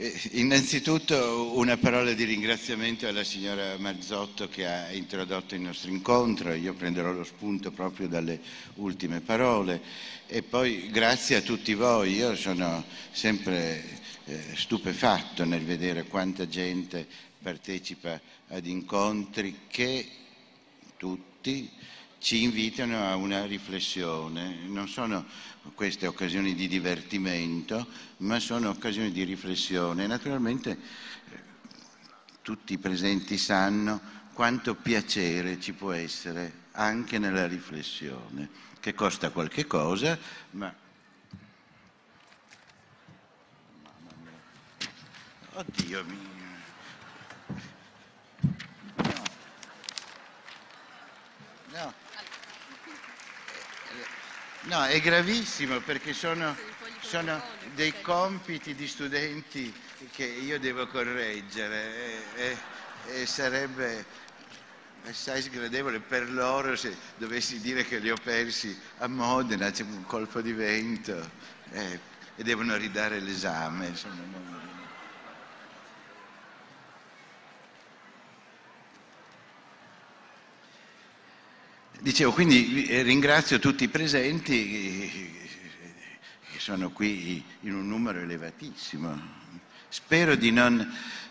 Innanzitutto una parola di ringraziamento alla signora Marzotto che ha introdotto il nostro incontro. Io prenderò lo spunto proprio dalle ultime parole e poi grazie a tutti voi. Io sono sempre stupefatto nel vedere quanta gente partecipa ad incontri che tutti ci invitano a una riflessione. Non sono queste occasioni di divertimento, ma sono occasioni di riflessione. Naturalmente tutti i presenti sanno quanto piacere ci può essere anche nella riflessione, che costa qualche cosa, ma... Mamma mia. Oddio mio. No. No, è gravissimo perché sono dei compiti di studenti che io devo correggere e sarebbe assai sgradevole per loro se dovessi dire che li ho persi a Modena, c'è un colpo di vento e devono ridare l'esame. Insomma. Dicevo, quindi ringrazio tutti i presenti che sono qui in un numero elevatissimo. Spero di non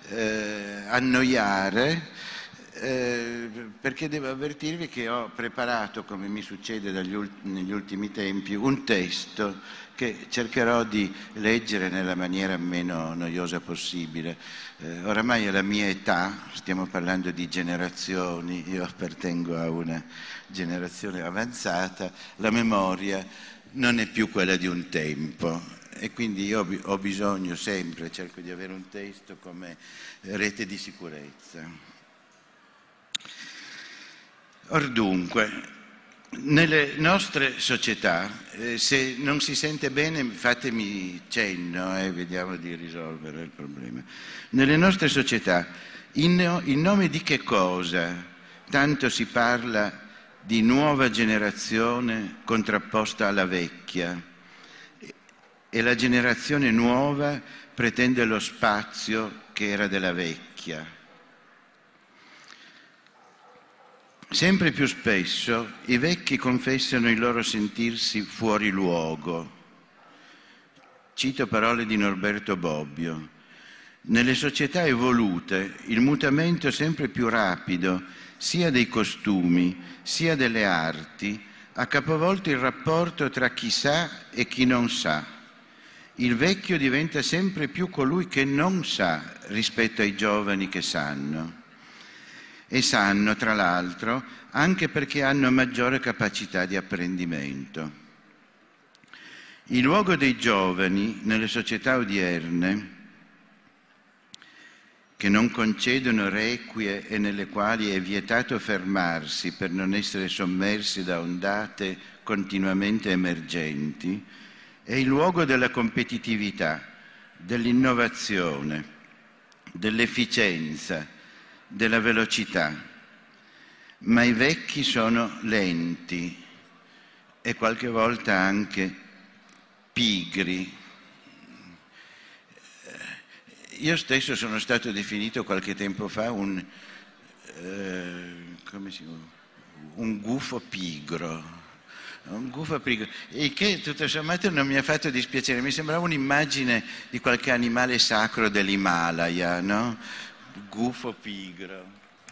annoiare perché devo avvertirvi che ho preparato, come mi succede negli ultimi tempi, un testo che cercherò di leggere nella maniera meno noiosa possibile. Oramai alla mia età, stiamo parlando di generazioni, io appartengo a una generazione avanzata, la memoria non è più quella di un tempo e quindi io ho bisogno sempre, cerco di avere un testo come rete di sicurezza. Or dunque, nelle nostre società, se non si sente bene fatemi cenno e vediamo di risolvere il problema. Nelle nostre società, in nome di che cosa tanto si parla di nuova generazione contrapposta alla vecchia e la generazione nuova pretende lo spazio che era della vecchia? Sempre più spesso i vecchi confessano il loro sentirsi fuori luogo. Cito parole di Norberto Bobbio. Nelle società evolute il mutamento sempre più rapido sia dei costumi sia delle arti ha capovolto il rapporto tra chi sa e chi non sa. Il vecchio diventa sempre più colui che non sa rispetto ai giovani che sanno. E sanno, tra l'altro, anche perché hanno maggiore capacità di apprendimento. Il luogo dei giovani nelle società odierne, che non concedono requie e nelle quali è vietato fermarsi per non essere sommersi da ondate continuamente emergenti, è il luogo della competitività, dell'innovazione, dell'efficienza, della velocità, ma i vecchi sono lenti e qualche volta anche pigri. Io stesso sono stato definito qualche tempo fa un gufo pigro. Un gufo pigro, il che tutto sommato non mi ha fatto dispiacere, mi sembrava un'immagine di qualche animale sacro dell'Himalaya, no? Gufo pigro.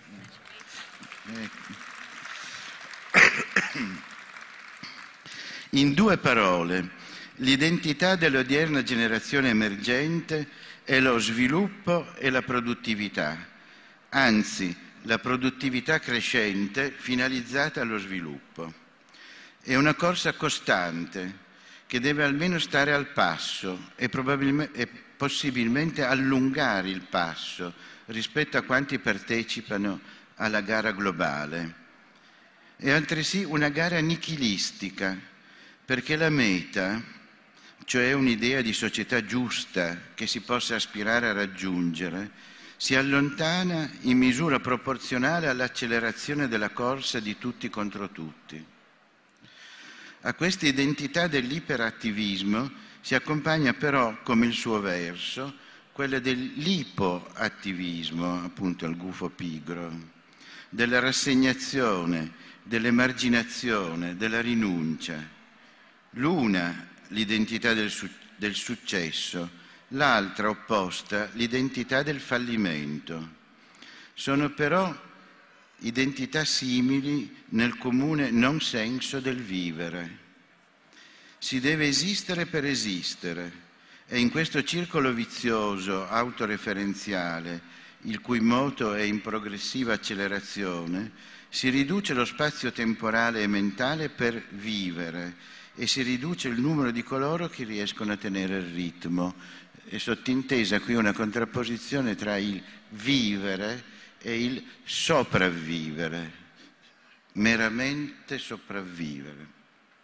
In due parole, l'identità dell'odierna generazione emergente è lo sviluppo e la produttività, anzi la produttività crescente finalizzata allo sviluppo. È una corsa costante che deve almeno stare al passo e possibilmente allungare il passo rispetto a quanti partecipano alla gara globale. È altresì una gara nichilistica, perché la meta, cioè un'idea di società giusta che si possa aspirare a raggiungere, si allontana in misura proporzionale all'accelerazione della corsa di tutti contro tutti. A questa identità dell'iperattivismo si accompagna però, come il suo verso, quella dell'ipoattivismo, appunto il gufo pigro, della rassegnazione, dell'emarginazione, della rinuncia. L'una, l'identità del successo, l'altra, opposta, l'identità del fallimento. Sono però identità simili nel comune non senso del vivere. Si deve esistere per esistere, e in questo circolo vizioso, autoreferenziale, il cui moto è in progressiva accelerazione, si riduce lo spazio temporale e mentale per vivere e si riduce il numero di coloro che riescono a tenere il ritmo. È sottintesa qui una contrapposizione tra il vivere e il sopravvivere, meramente sopravvivere.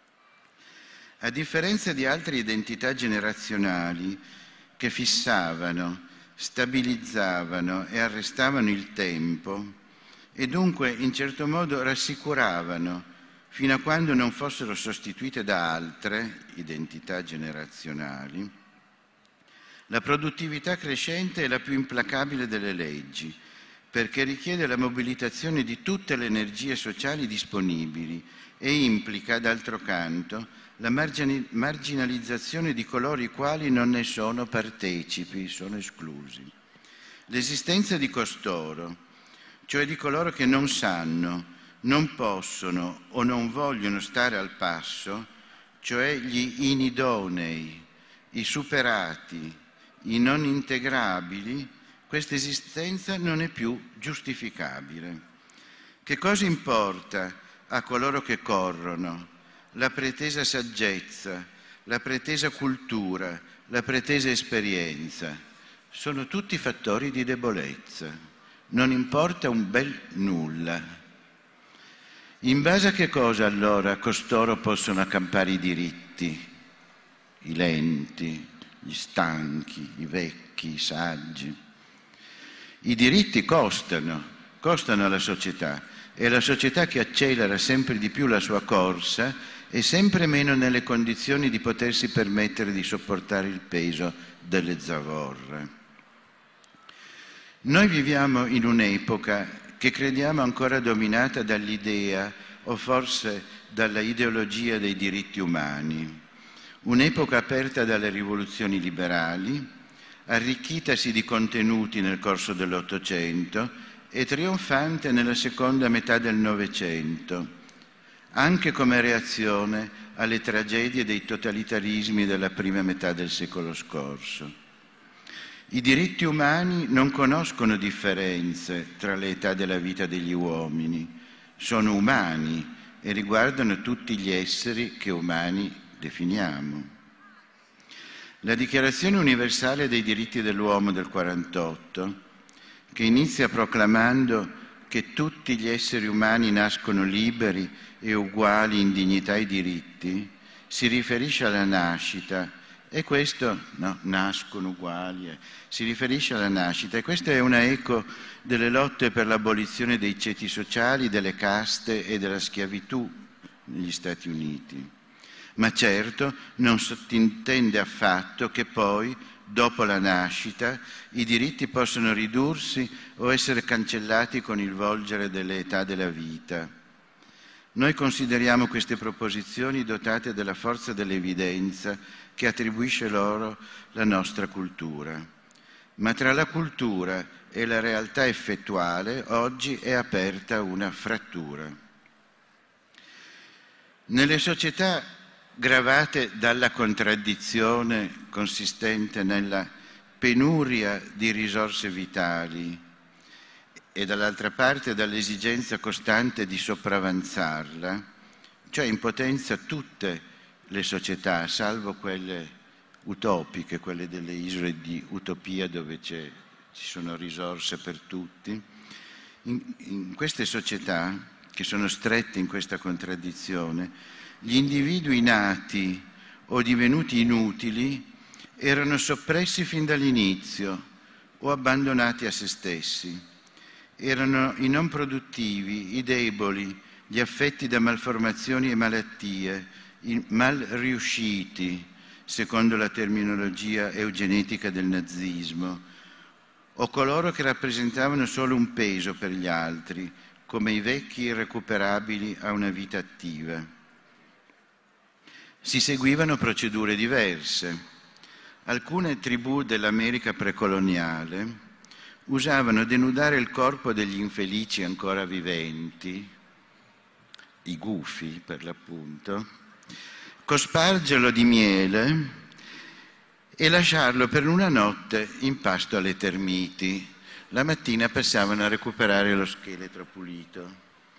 A differenza di altre identità generazionali che fissavano, stabilizzavano e arrestavano il tempo e dunque in certo modo rassicuravano fino a quando non fossero sostituite da altre identità generazionali, la produttività crescente è la più implacabile delle leggi, perché richiede la mobilitazione di tutte le energie sociali disponibili e implica, d'altro canto, la marginalizzazione di coloro i quali non ne sono partecipi, sono esclusi. L'esistenza di costoro, cioè di coloro che non sanno, non possono o non vogliono stare al passo, cioè gli inidonei, i superati, i non integrabili, questa esistenza non è più giustificabile. Che cosa importa a coloro che corrono? La pretesa saggezza, la pretesa cultura, la pretesa esperienza. Sono tutti fattori di debolezza. Non importa un bel nulla. In base a che cosa allora costoro possono accampare i diritti, i lenti, gli stanchi, i vecchi, i saggi? I diritti costano alla società, e la società che accelera sempre di più la sua corsa è sempre meno nelle condizioni di potersi permettere di sopportare il peso delle zavorre. Noi viviamo in un'epoca che crediamo ancora dominata dall'idea o forse dalla ideologia dei diritti umani, un'epoca aperta dalle rivoluzioni liberali, arricchitasi di contenuti nel corso dell'Ottocento e trionfante nella seconda metà del Novecento, anche come reazione alle tragedie dei totalitarismi della prima metà del secolo scorso. I diritti umani non conoscono differenze tra le età della vita degli uomini, sono umani e riguardano tutti gli esseri che umani definiamo. La Dichiarazione universale dei diritti dell'uomo del 1948, che inizia proclamando che tutti gli esseri umani nascono liberi e uguali in dignità e diritti, si riferisce alla nascita. E questo, no, nascono uguali, si riferisce alla nascita, e questa è una eco delle lotte per l'abolizione dei ceti sociali, delle caste e della schiavitù negli Stati Uniti. Ma certo non sottintende affatto che poi, dopo la nascita, i diritti possono ridursi o essere cancellati con il volgere delle età della vita. Noi consideriamo queste proposizioni dotate della forza dell'evidenza che attribuisce loro la nostra cultura. Ma tra la cultura e la realtà effettuale oggi è aperta una frattura. Nelle società gravate dalla contraddizione consistente nella penuria di risorse vitali e dall'altra parte dall'esigenza costante di sopravanzarla, cioè in potenza tutte le società, salvo quelle utopiche, quelle delle isole di utopia dove ci sono risorse per tutti. In queste società, che sono strette in questa contraddizione, gli individui nati o divenuti inutili erano soppressi fin dall'inizio o abbandonati a se stessi. Erano i non produttivi, i deboli, gli affetti da malformazioni e malattie, i mal riusciti, secondo la terminologia eugenetica del nazismo, o coloro che rappresentavano solo un peso per gli altri, come i vecchi irrecuperabili a una vita attiva. Si seguivano procedure diverse. Alcune tribù dell'America precoloniale usavano denudare il corpo degli infelici ancora viventi, i gufi per l'appunto, cospargerlo di miele e lasciarlo per una notte in pasto alle termiti. La mattina passavano a recuperare lo scheletro pulito.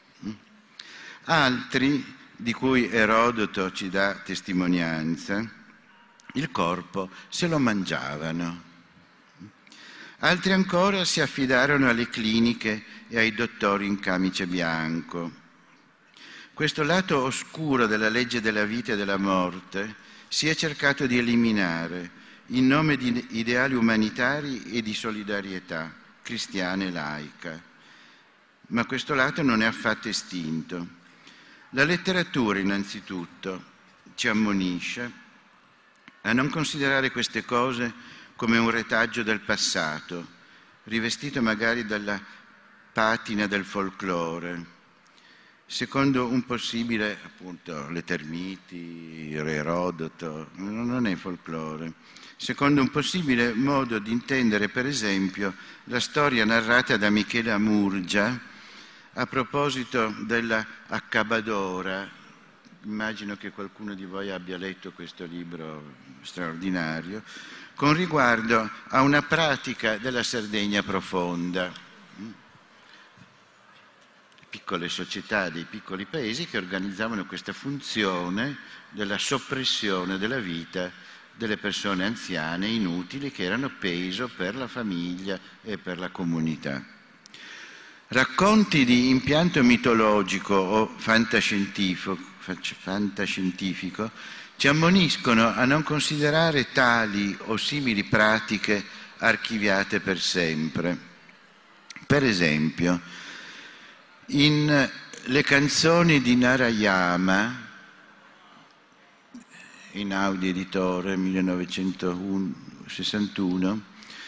Altri, di cui Erodoto ci dà testimonianza, il corpo se lo mangiavano. Altri ancora si affidarono alle cliniche e ai dottori in camice bianco. Questo lato oscuro della legge della vita e della morte si è cercato di eliminare in nome di ideali umanitari e di solidarietà cristiana e laica. Ma questo lato non è affatto estinto. La letteratura, innanzitutto, ci ammonisce a non considerare queste cose come un retaggio del passato, rivestito magari dalla patina del folklore, secondo un possibile, appunto, le termiti, Erodoto, non è folklore, secondo un possibile modo di intendere, per esempio, la storia narrata da Michele Amurgia a proposito della Accabadora. Immagino che qualcuno di voi abbia letto questo libro straordinario, con riguardo a una pratica della Sardegna profonda. Piccole società dei piccoli paesi che organizzavano questa funzione della soppressione della vita delle persone anziane inutili che erano peso per la famiglia e per la comunità. Racconti di impianto mitologico o fantascientifico ci ammoniscono a non considerare tali o simili pratiche archiviate per sempre. Per esempio, in Le canzoni di Narayama, in Audi Editore 1961,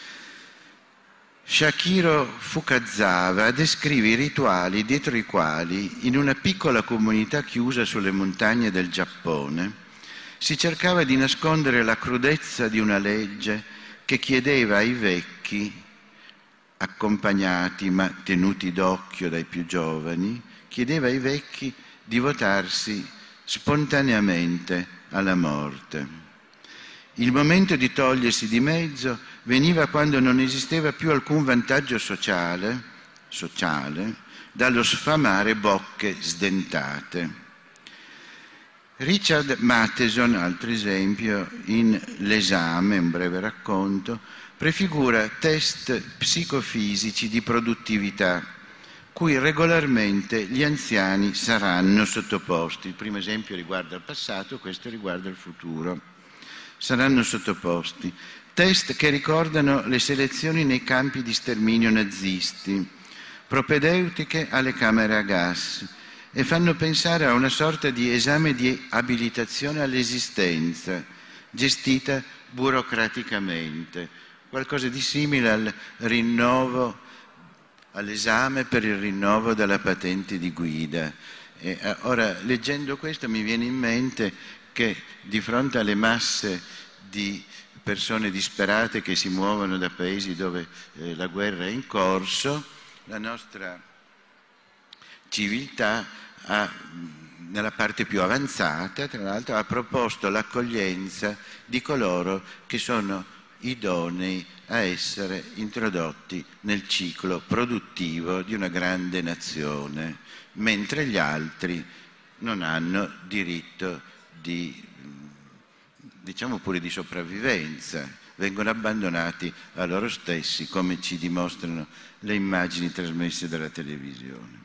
Shakiro Fukazawa descrive i rituali dietro i quali, in una piccola comunità chiusa sulle montagne del Giappone, si cercava di nascondere la crudezza di una legge che chiedeva ai vecchi, accompagnati ma tenuti d'occhio dai più giovani, chiedeva ai vecchi di votarsi spontaneamente alla morte. Il momento di togliersi di mezzo veniva quando non esisteva più alcun vantaggio sociale dallo sfamare bocche sdentate. Richard Matheson, altro esempio, in L'esame, un breve racconto, prefigura test psicofisici di produttività cui regolarmente gli anziani saranno sottoposti. Il primo esempio riguarda il passato, questo riguarda il futuro. Saranno sottoposti. Test che ricordano le selezioni nei campi di sterminio nazisti, propedeutiche alle camere a gas, e fanno pensare a una sorta di esame di abilitazione all'esistenza, gestita burocraticamente, qualcosa di simile al rinnovo, all'esame per il rinnovo della patente di guida. Ora, leggendo questo mi viene in mente che di fronte alle masse di persone disperate che si muovono da paesi dove la guerra è in corso, la nostra civiltà nella parte più avanzata, tra l'altro, ha proposto l'accoglienza di coloro che sono idonei a essere introdotti nel ciclo produttivo di una grande nazione, mentre gli altri non hanno diritto di, diciamo pure, di sopravvivenza, vengono abbandonati a loro stessi, come ci dimostrano le immagini trasmesse dalla televisione.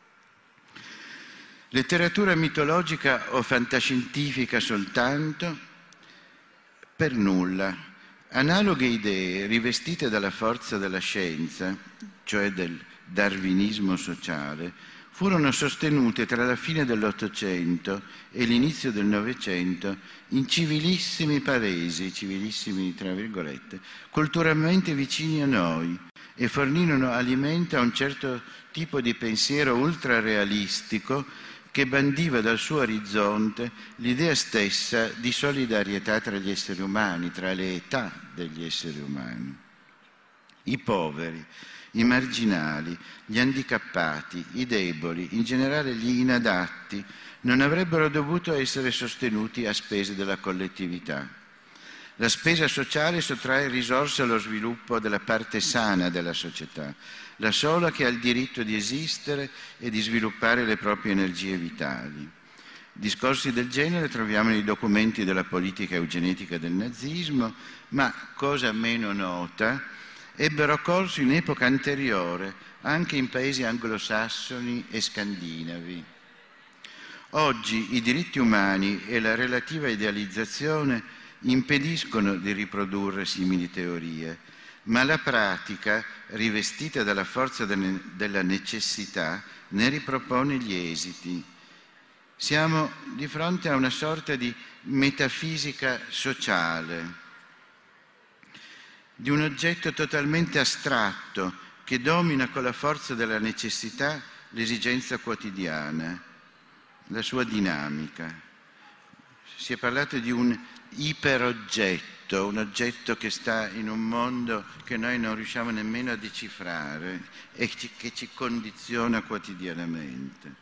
Letteratura mitologica o fantascientifica soltanto? Per nulla. Analoghe idee rivestite dalla forza della scienza, cioè del darwinismo sociale, furono sostenute tra la fine dell'Ottocento e l'inizio del Novecento in civilissimi paesi, civilissimi tra virgolette, culturalmente vicini a noi, e fornirono alimento a un certo tipo di pensiero ultrarealistico che bandiva dal suo orizzonte l'idea stessa di solidarietà tra gli esseri umani, tra le età degli esseri umani. I poveri, i marginali, gli handicappati, i deboli, in generale gli inadatti, non avrebbero dovuto essere sostenuti a spese della collettività. La spesa sociale sottrae risorse allo sviluppo della parte sana della società, la sola che ha il diritto di esistere e di sviluppare le proprie energie vitali. Discorsi del genere troviamo nei documenti della politica eugenetica del nazismo, ma, cosa meno nota, ebbero corso in epoca anteriore anche in paesi anglosassoni e scandinavi. Oggi i diritti umani e la relativa idealizzazione impediscono di riprodurre simili teorie, ma la pratica, rivestita dalla forza della necessità, ne ripropone gli esiti. Siamo di fronte a una sorta di metafisica sociale, di un oggetto totalmente astratto che domina con la forza della necessità l'esigenza quotidiana, la sua dinamica. Si è parlato di un iperoggetto, un oggetto che sta in un mondo che noi non riusciamo nemmeno a decifrare e che ci condiziona quotidianamente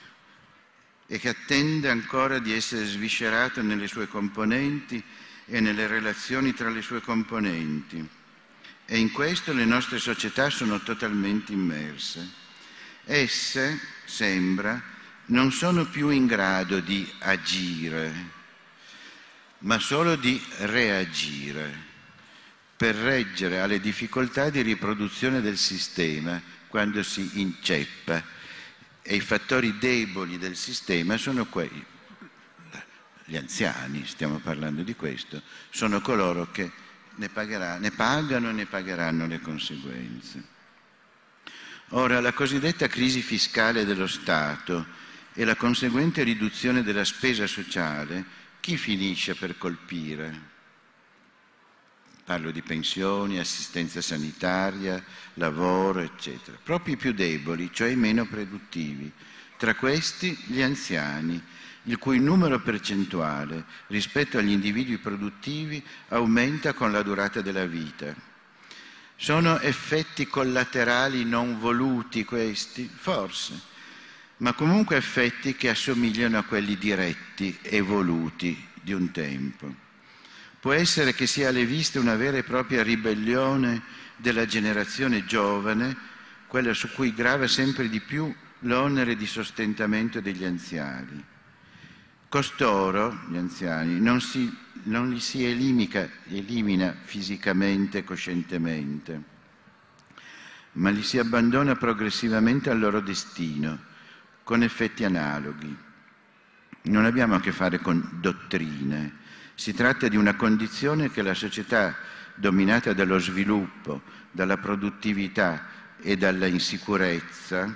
e che attende ancora di essere sviscerato nelle sue componenti e nelle relazioni tra le sue componenti. E in questo le nostre società sono totalmente immerse. Esse, sembra, non sono più in grado di agire, ma solo di reagire, per reggere alle difficoltà di riproduzione del sistema quando si inceppa. E i fattori deboli del sistema sono quelli. Gli anziani, stiamo parlando di questo, sono coloro che ne pagano e ne pagheranno le conseguenze. Ora, la cosiddetta crisi fiscale dello Stato e la conseguente riduzione della spesa sociale, chi finisce per colpire? Parlo di pensioni, assistenza sanitaria, lavoro, eccetera. Proprio i più deboli, cioè i meno produttivi. Tra questi gli anziani, il cui numero percentuale rispetto agli individui produttivi aumenta con la durata della vita. Sono effetti collaterali non voluti questi? Forse, ma comunque effetti che assomigliano a quelli diretti e voluti di un tempo. Può essere che sia alle viste una vera e propria ribellione della generazione giovane, quella su cui grava sempre di più l'onere di sostentamento degli anziani. Costoro, gli anziani, non li si elimina fisicamente e coscientemente, ma li si abbandona progressivamente al loro destino, con effetti analoghi. Non abbiamo a che fare con dottrine, si tratta di una condizione che la società dominata dallo sviluppo, dalla produttività e dalla insicurezza,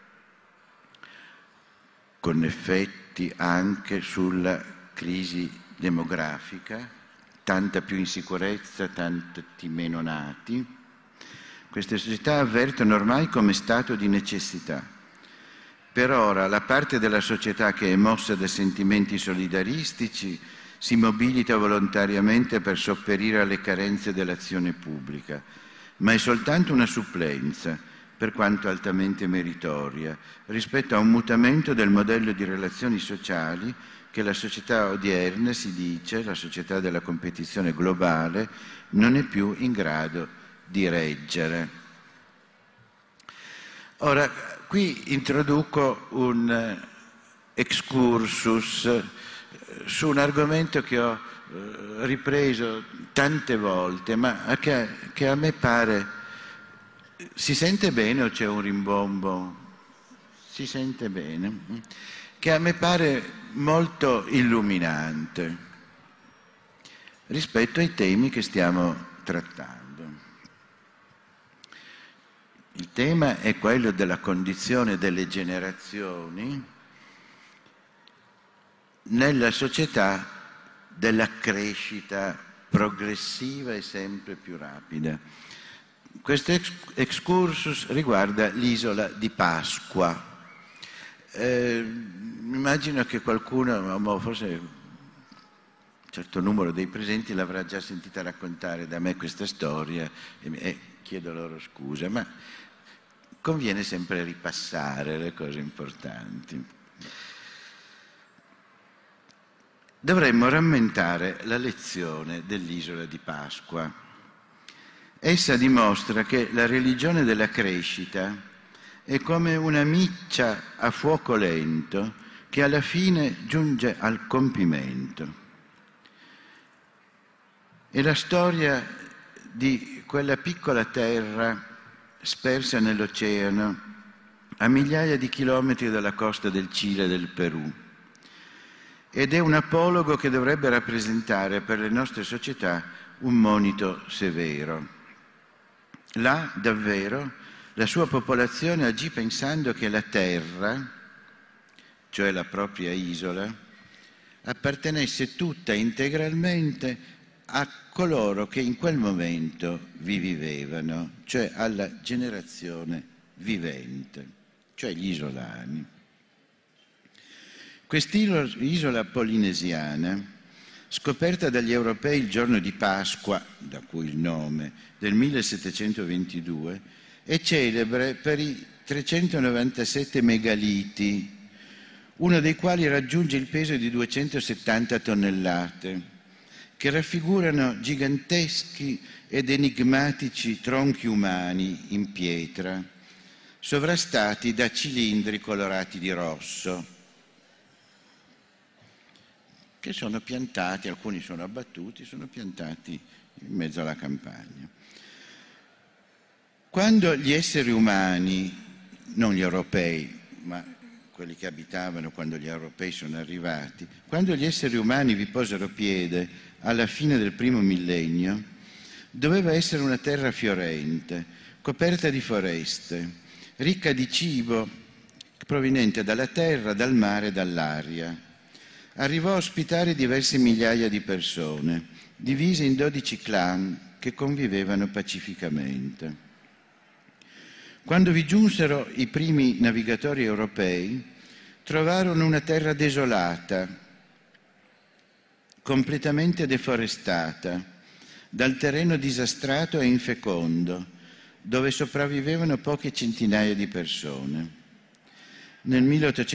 con effetti anche sulla crisi demografica, tanta più insicurezza, tanti meno nati, queste società avvertono ormai come stato di necessità. Per ora la parte della società che è mossa da sentimenti solidaristici si mobilita volontariamente per sopperire alle carenze dell'azione pubblica, ma è soltanto una supplenza, per quanto altamente meritoria, rispetto a un mutamento del modello di relazioni sociali che la società odierna, si dice, la società della competizione globale, non è più in grado di reggere. Ora, qui introduco un excursus su un argomento che ho ripreso tante volte, ma che a me pare... Si sente bene o c'è un rimbombo? Si sente bene? Che a me pare molto illuminante rispetto ai temi che stiamo trattando. Il tema è quello della condizione delle generazioni nella società della crescita progressiva e sempre più rapida. Questo excursus riguarda l'isola di Pasqua. Immagino che qualcuno, forse un certo numero dei presenti, l'avrà già sentita raccontare da me questa storia e chiedo loro scusa, ma conviene sempre ripassare le cose importanti. Dovremmo rammentare la lezione dell'isola di Pasqua. Essa dimostra che la religione della crescita è come una miccia a fuoco lento che alla fine giunge al compimento. È la storia di quella piccola terra spersa nell'oceano a migliaia di chilometri dalla costa del Cile e del Perù. Ed è un apologo che dovrebbe rappresentare per le nostre società un monito severo. Là, davvero, la sua popolazione agì pensando che la terra, cioè la propria isola, appartenesse tutta integralmente a coloro che in quel momento vi vivevano, cioè alla generazione vivente, cioè gli isolani. Quest'isola polinesiana, scoperta dagli europei il giorno di Pasqua, da cui il nome, del 1722, è celebre per i 397 megaliti, uno dei quali raggiunge il peso di 270 tonnellate, che raffigurano giganteschi ed enigmatici tronchi umani in pietra, sovrastati da cilindri colorati di rosso, che sono piantati, alcuni sono abbattuti, sono piantati in mezzo alla campagna. Quando gli esseri umani, non gli europei, ma quelli che abitavano quando gli europei sono arrivati, quando gli esseri umani vi posero piede alla fine del primo millennio, doveva essere una terra fiorente, coperta di foreste, ricca di cibo proveniente dalla terra, dal mare e dall'aria. Arrivò a ospitare diverse migliaia di persone, divise in 12 clan che convivevano pacificamente. Quando vi giunsero i primi navigatori europei, trovarono una terra desolata, completamente deforestata, dal terreno disastrato e infecondo, dove sopravvivevano poche centinaia di persone. Nel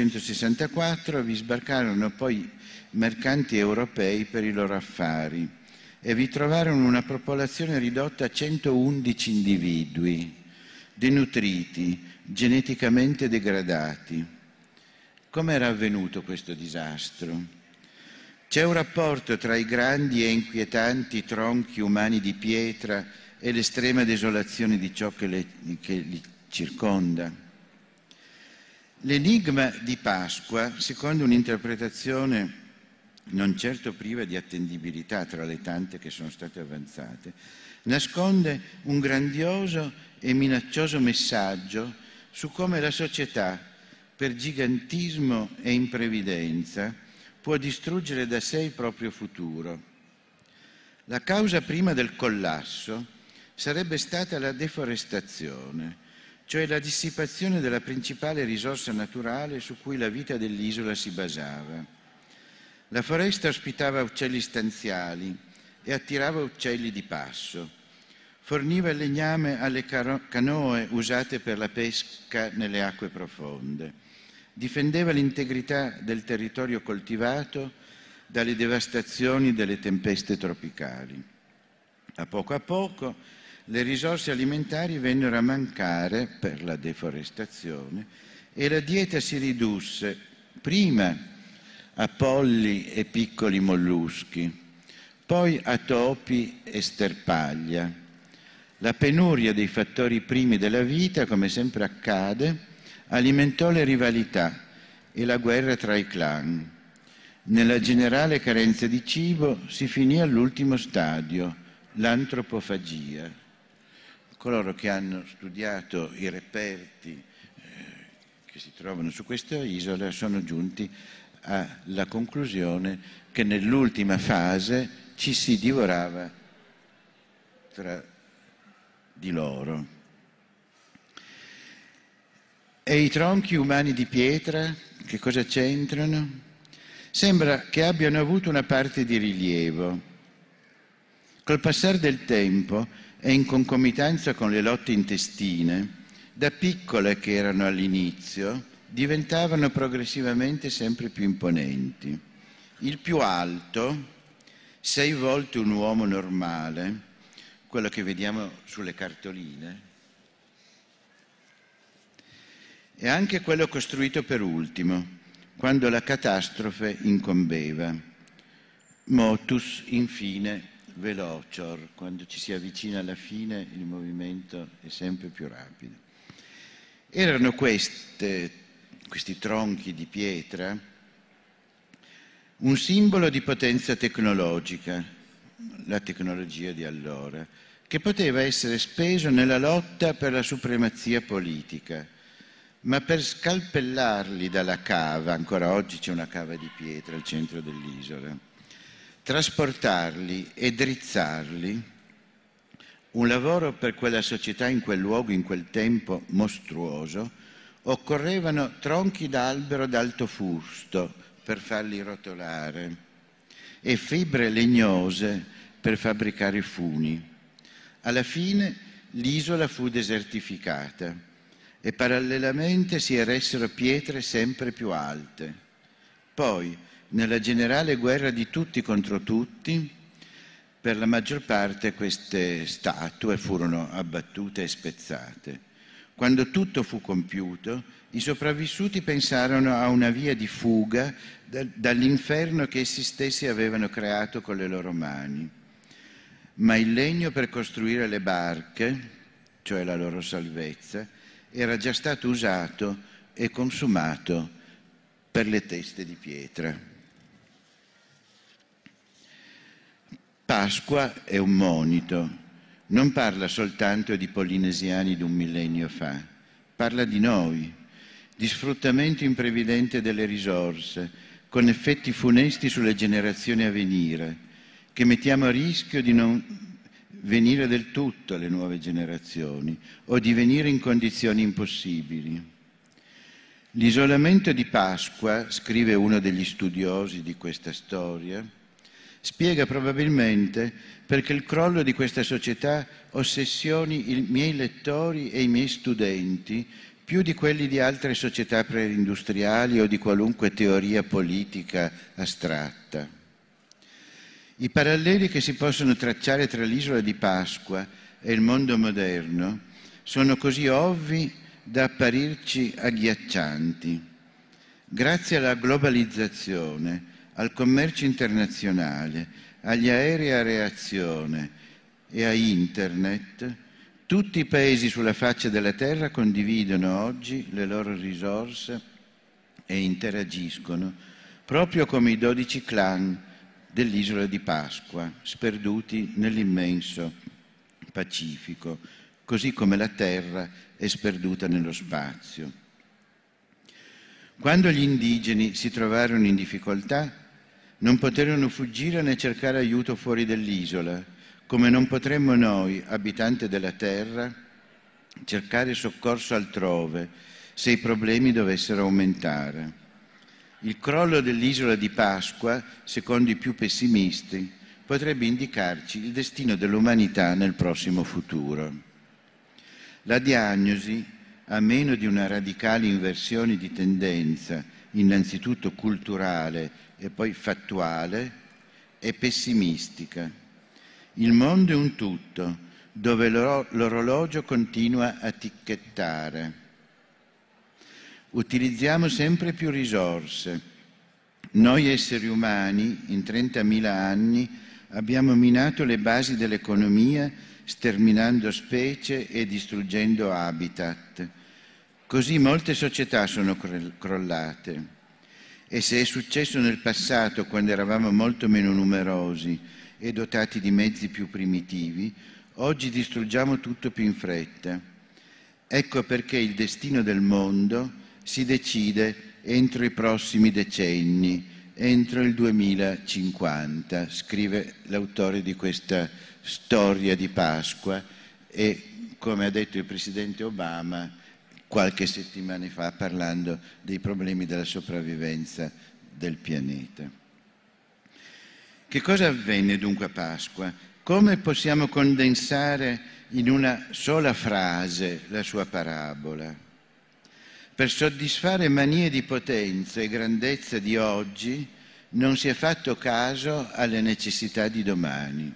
1864 vi sbarcarono poi mercanti europei per i loro affari e vi trovarono una popolazione ridotta a 111 individui, denutriti, geneticamente degradati. Come era avvenuto questo disastro? C'è un rapporto tra i grandi e inquietanti tronchi umani di pietra e l'estrema desolazione di ciò che li circonda. L'enigma di Pasqua, secondo un'interpretazione non certo priva di attendibilità tra le tante che sono state avanzate, nasconde un grandioso e minaccioso messaggio su come la società, per gigantismo e imprevidenza, può distruggere da sé il proprio futuro. La causa prima del collasso sarebbe stata la deforestazione, cioè la dissipazione della principale risorsa naturale su cui la vita dell'isola si basava. La foresta ospitava uccelli stanziali e attirava uccelli di passo, forniva il legname alle canoe usate per la pesca nelle acque profonde, difendeva l'integrità del territorio coltivato dalle devastazioni delle tempeste tropicali. A poco le risorse alimentari vennero a mancare per la deforestazione e la dieta si ridusse prima a polli e piccoli molluschi, poi a topi e sterpaglia. La penuria dei fattori primi della vita, come sempre accade, alimentò le rivalità e la guerra tra i clan. Nella generale carenza di cibo si finì all'ultimo stadio, l'antropofagia. coloro che hanno studiato i reperti che si trovano su questa isola sono giunti alla conclusione che nell'ultima fase ci si divorava tra di loro. E i tronchi umani di pietra, che cosa c'entrano? Sembra che abbiano avuto una parte di rilievo. Col passare del tempo e in concomitanza con le lotte intestine, da piccole che erano all'inizio, diventavano progressivamente sempre più imponenti. Il più alto, 6 volte un uomo normale, quello che vediamo sulle cartoline, e anche quello costruito per ultimo, quando la catastrofe incombeva. Motus, infine, velocior, quando ci si avvicina alla fine il movimento è sempre più rapido. Erano questi tronchi di pietra un simbolo di potenza tecnologica, la tecnologia di allora, che poteva essere speso nella lotta per la supremazia politica. Ma per scalpellarli dalla cava, ancora oggi c'è una cava di pietra al centro dell'isola, trasportarli e drizzarli, un lavoro per quella società in quel luogo, in quel tempo mostruoso, occorrevano tronchi d'albero d'alto fusto per farli rotolare e fibre legnose per fabbricare funi. Alla fine l'isola fu desertificata e parallelamente si eressero pietre sempre più alte. Poi, nella generale guerra di tutti contro tutti, per la maggior parte queste statue furono abbattute e spezzate. Quando tutto fu compiuto, i sopravvissuti pensarono a una via di fuga dall'inferno che essi stessi avevano creato con le loro mani. Ma il legno per costruire le barche, cioè la loro salvezza, era già stato usato e consumato per le teste di pietra. Pasqua è un monito, non parla soltanto di polinesiani di un millennio fa, parla di noi, di sfruttamento imprevidente delle risorse, con effetti funesti sulle generazioni a venire, che mettiamo a rischio di non venire del tutto alle nuove generazioni o di venire in condizioni impossibili. L'isolamento di Pasqua, scrive uno degli studiosi di questa storia, spiega probabilmente perché il crollo di questa società ossessioni i miei lettori e i miei studenti più di quelli di altre società preindustriali o di qualunque teoria politica astratta. I paralleli che si possono tracciare tra l'isola di Pasqua e il mondo moderno sono così ovvi da apparirci agghiaccianti. Grazie alla globalizzazione, al commercio internazionale, agli aerei a reazione e a Internet, tutti i paesi sulla faccia della Terra condividono oggi le loro risorse e interagiscono, proprio come i 12 clan dell'isola di Pasqua, sperduti nell'immenso Pacifico, così come la Terra è sperduta nello spazio. Quando gli indigeni si trovarono in difficoltà, non poterono fuggire né cercare aiuto fuori dell'isola, come non potremmo noi, abitanti della Terra, cercare soccorso altrove se i problemi dovessero aumentare. Il crollo dell'isola di Pasqua, secondo i più pessimisti, potrebbe indicarci il destino dell'umanità nel prossimo futuro. La diagnosi, a meno di una radicale inversione di tendenza, innanzitutto culturale e poi fattuale, è pessimistica. Il mondo è un tutto, dove l'orologio continua a ticchettare. Utilizziamo sempre più risorse. Noi esseri umani, in 30.000 anni, abbiamo minato le basi dell'economia, sterminando specie e distruggendo habitat. Così molte società sono crollate. E se è successo nel passato, quando eravamo molto meno numerosi e dotati di mezzi più primitivi, Oggi distruggiamo tutto più in fretta. Ecco perché il destino del mondo si decide entro i prossimi decenni, entro il 2050, scrive l'autore di questa storia di Pasqua e, come ha detto il Presidente Obama qualche settimana fa parlando dei problemi della sopravvivenza del pianeta. Che cosa avvenne dunque a Pasqua? Come possiamo condensare in una sola frase la sua parabola? Per soddisfare manie di potenza e grandezza di oggi non si è fatto caso alle necessità di domani.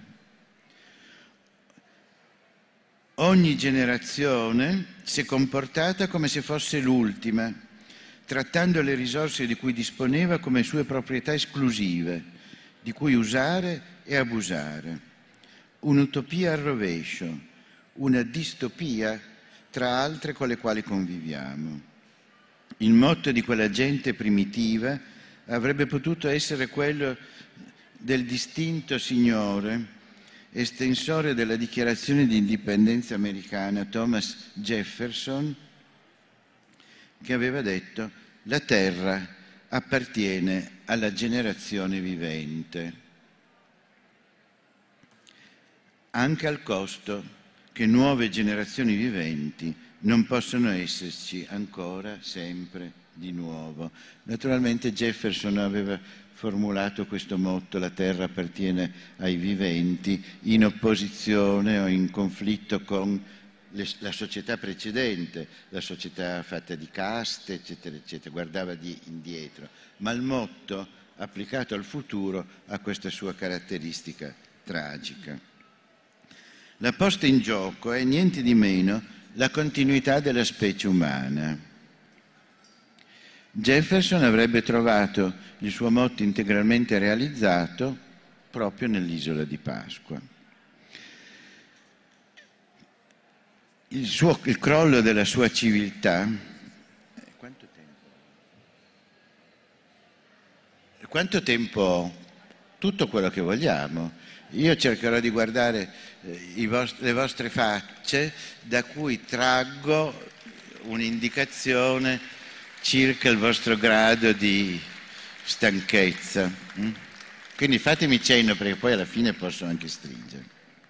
Ogni generazione si è comportata come se fosse l'ultima, trattando le risorse di cui disponeva come sue proprietà esclusive, di cui usare e abusare. Un'utopia al rovescio, una distopia tra altre con le quali conviviamo. Il motto di quella gente primitiva avrebbe potuto essere quello del distinto signore, estensore della dichiarazione di indipendenza americana, Thomas Jefferson, che aveva detto: la terra appartiene alla generazione vivente, anche al costo che nuove generazioni viventi non possono esserci ancora sempre di nuovo. Naturalmente Jefferson aveva formulato questo motto, la terra appartiene ai viventi, in opposizione o in conflitto con la società precedente, la società fatta di caste, eccetera, eccetera, guardava di indietro, ma il motto applicato al futuro ha questa sua caratteristica tragica. La posta in gioco è niente di meno la continuità della specie umana. Jefferson avrebbe trovato il suo motto integralmente realizzato proprio nell'isola di Pasqua. Il crollo della sua civiltà. Quanto tempo? Tutto quello che vogliamo. Io cercherò di guardare le vostre facce, da cui traggo un'indicazione circa il vostro grado di stanchezza. Quindi fatemi cenno, perché poi alla fine posso anche stringere.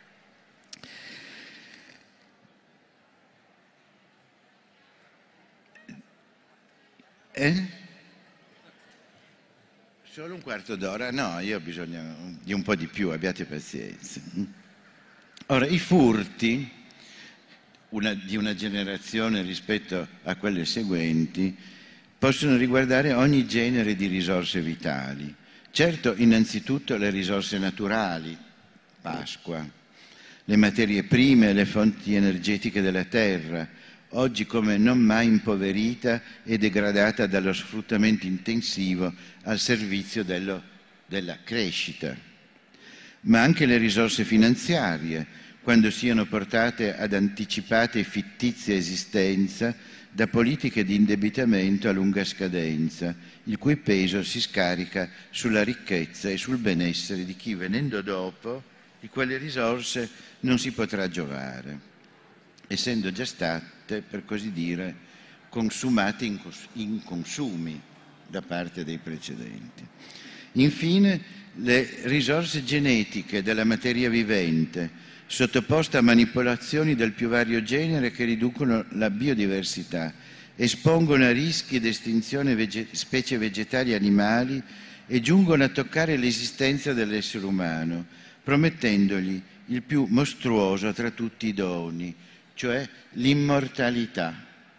Solo un quarto d'ora? No, io ho bisogno di un po' di più, abbiate pazienza. Ora, i furti di una generazione rispetto a quelle seguenti possono riguardare ogni genere di risorse vitali. Certo, innanzitutto le risorse naturali, Pasqua, le materie prime e le fonti energetiche della terra, oggi come non mai impoverita e degradata dallo sfruttamento intensivo al servizio della crescita, ma anche le risorse finanziarie, quando siano portate ad anticipata e fittizia esistenza da politiche di indebitamento a lunga scadenza, il cui peso si scarica sulla ricchezza e sul benessere di chi, venendo dopo, di quelle risorse non si potrà giovare, essendo già state, per così dire, consumate in consumi da parte dei precedenti. Infine, le risorse genetiche della materia vivente, sottoposta a manipolazioni del più vario genere che riducono la biodiversità, espongono a rischi di estinzione specie vegetali e animali e giungono a toccare l'esistenza dell'essere umano, promettendogli il più mostruoso tra tutti i doni, cioè l'immortalità.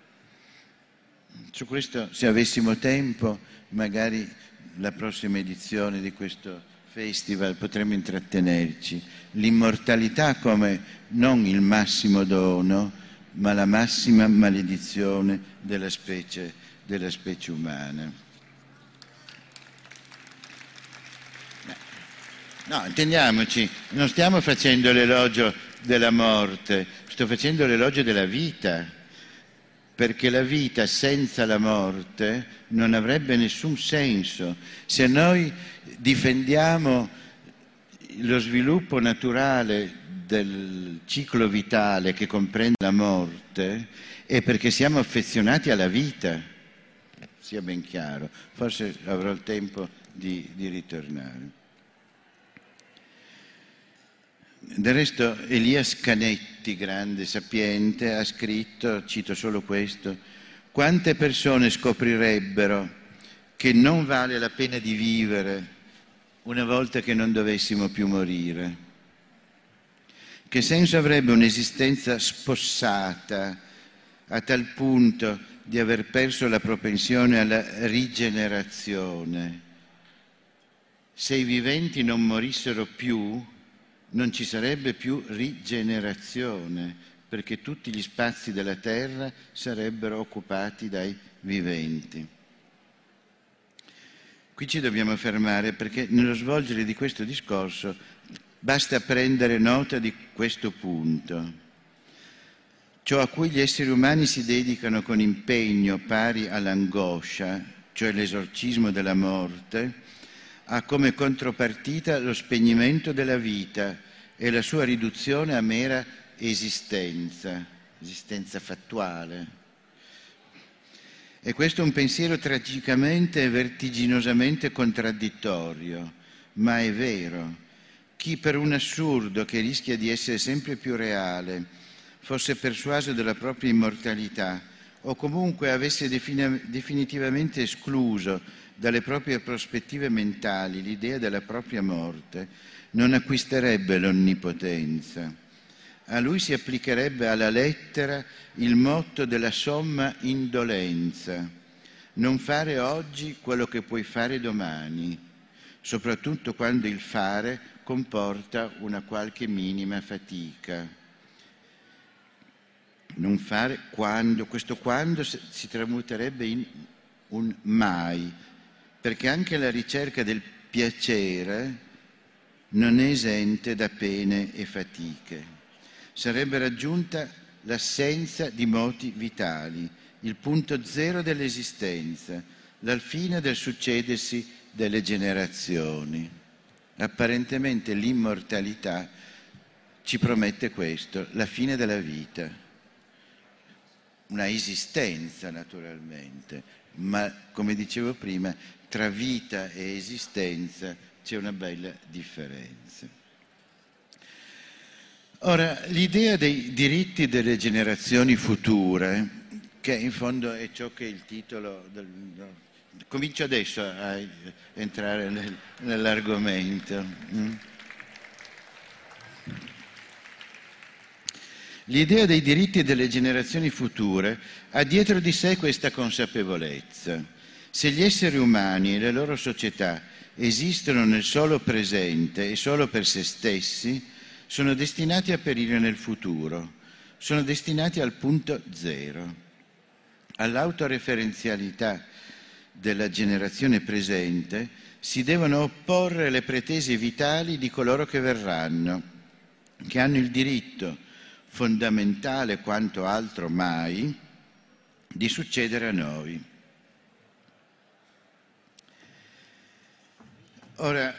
Su questo, se avessimo tempo, magari la prossima edizione di questo festival potremmo intrattenerci. L'immortalità come non il massimo dono, ma la massima maledizione della specie umana. No, intendiamoci, non stiamo facendo l'elogio della morte, sto facendo l'elogio della vita, perché la vita senza la morte non avrebbe nessun senso. Se noi difendiamo lo sviluppo naturale del ciclo vitale che comprende la morte è perché siamo affezionati alla vita, sia ben chiaro. Forse avrò il tempo di ritornare. Del resto Elias Canetti, grande sapiente, ha scritto, cito solo questo: quante persone scoprirebbero che non vale la pena di vivere una volta che non dovessimo più morire? Che senso avrebbe un'esistenza spossata a tal punto di aver perso la propensione alla rigenerazione? Se i viventi non morissero più, non ci sarebbe più rigenerazione, perché tutti gli spazi della terra sarebbero occupati dai viventi. Qui ci dobbiamo fermare, perché nello svolgere di questo discorso basta prendere nota di questo punto. Ciò a cui gli esseri umani si dedicano con impegno pari all'angoscia, cioè l'esorcismo della morte, ha come contropartita lo spegnimento della vita e la sua riduzione a mera esistenza fattuale. E questo è un pensiero tragicamente e vertiginosamente contraddittorio, ma è vero. Chi per un assurdo che rischia di essere sempre più reale fosse persuaso della propria immortalità o comunque avesse definitivamente escluso dalle proprie prospettive mentali l'idea della propria morte, non acquisterebbe l'onnipotenza. A lui si applicherebbe alla lettera il motto della somma indolenza: non fare oggi quello che puoi fare domani, soprattutto quando il fare comporta una qualche minima fatica. Non fare quando, questo quando si tramuterebbe in un mai, perché anche la ricerca del piacere non è esente da pene e fatiche. Sarebbe raggiunta l'assenza di moti vitali, il punto zero dell'esistenza, la fine del succedersi delle generazioni. Apparentemente l'immortalità ci promette questo, la fine della vita, una esistenza naturalmente, ma come dicevo prima, tra vita e esistenza c'è una bella differenza. Ora, l'idea dei diritti delle generazioni future, che in fondo è ciò che è il titolo del... Comincio adesso a entrare nell'argomento. L'idea dei diritti delle generazioni future ha dietro di sé questa consapevolezza. Se gli esseri umani e le loro società esistono nel solo presente e solo per se stessi, sono destinati a perire nel futuro, sono destinati al punto zero. All'autoreferenzialità della generazione presente si devono opporre le pretese vitali di coloro che verranno, che hanno il diritto, fondamentale quanto altro mai, di succedere a noi. Ora,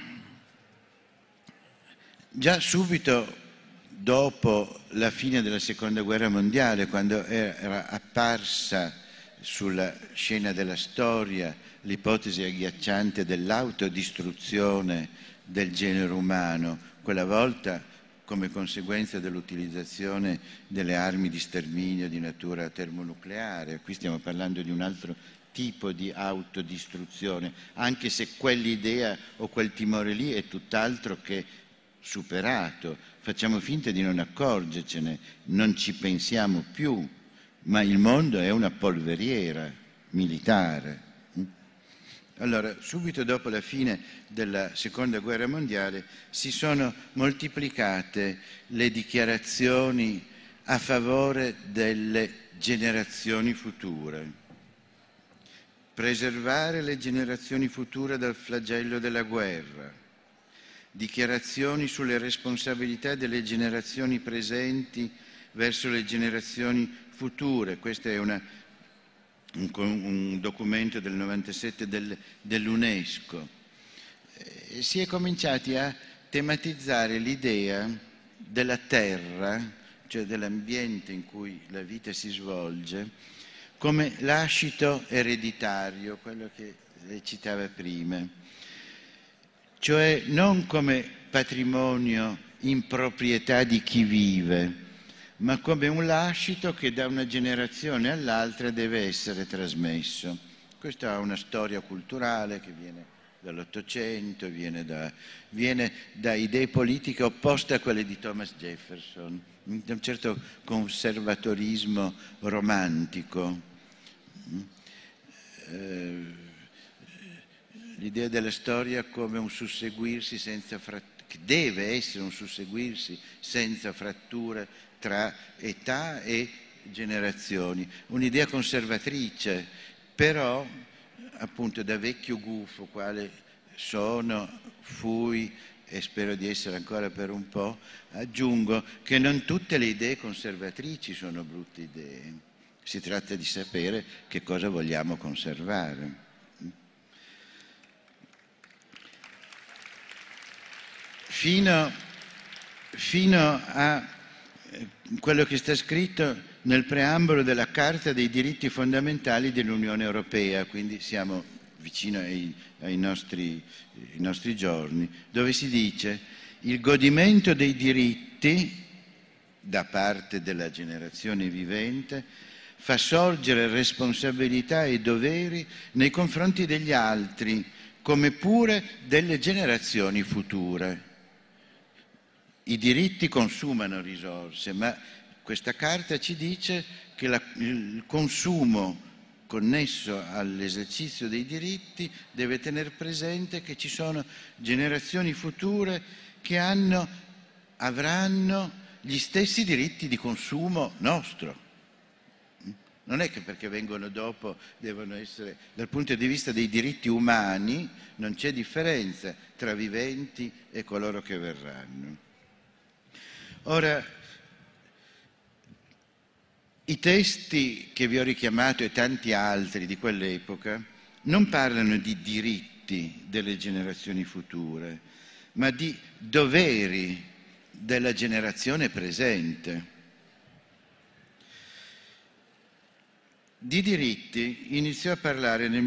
già subito dopo la fine della Seconda Guerra Mondiale, quando era apparsa sulla scena della storia l'ipotesi agghiacciante dell'autodistruzione del genere umano, quella volta come conseguenza dell'utilizzazione delle armi di sterminio di natura termonucleare. Qui stiamo parlando di un altro tipo di autodistruzione, anche se quell'idea o quel timore lì è tutt'altro che superato. Facciamo finta di non accorgercene, non ci pensiamo più, ma il mondo è una polveriera militare. Allora, subito dopo la fine della Seconda Guerra Mondiale si sono moltiplicate le dichiarazioni a favore delle generazioni future. Preservare le generazioni future dal flagello della guerra. Dichiarazioni sulle responsabilità delle generazioni presenti verso le generazioni future. Questo è un documento del 97 dell'UNESCO. Si è cominciati a tematizzare l'idea della terra, cioè dell'ambiente in cui la vita si svolge, come lascito ereditario, quello che lei citava prima, cioè non come patrimonio in proprietà di chi vive, ma come un lascito che da una generazione all'altra deve essere trasmesso. Questa ha una storia culturale che viene dall'Ottocento, viene da idee politiche opposte a quelle di Thomas Jefferson, da un certo conservatorismo romantico. L'idea della storia come un susseguirsi senza che deve essere un susseguirsi senza fratture tra età e generazioni, un'idea conservatrice, però appunto da vecchio gufo quale fui e spero di essere ancora per un po', aggiungo che non tutte le idee conservatrici sono brutte idee, si tratta di sapere che cosa vogliamo conservare. Fino a quello che sta scritto nel preambolo della Carta dei diritti fondamentali dell'Unione Europea, quindi siamo vicino ai nostri giorni, dove si dice: il godimento dei diritti da parte della generazione vivente fa sorgere responsabilità e doveri nei confronti degli altri, come pure delle generazioni future. I diritti consumano risorse, ma questa carta ci dice che il consumo connesso all'esercizio dei diritti deve tener presente che ci sono generazioni future che avranno gli stessi diritti di consumo nostro. Non è che perché vengono dopo devono essere, dal punto di vista dei diritti umani, non c'è differenza tra viventi e coloro che verranno. Ora, i testi che vi ho richiamato e tanti altri di quell'epoca non parlano di diritti delle generazioni future, ma di doveri della generazione presente. Di diritti iniziò a parlare nel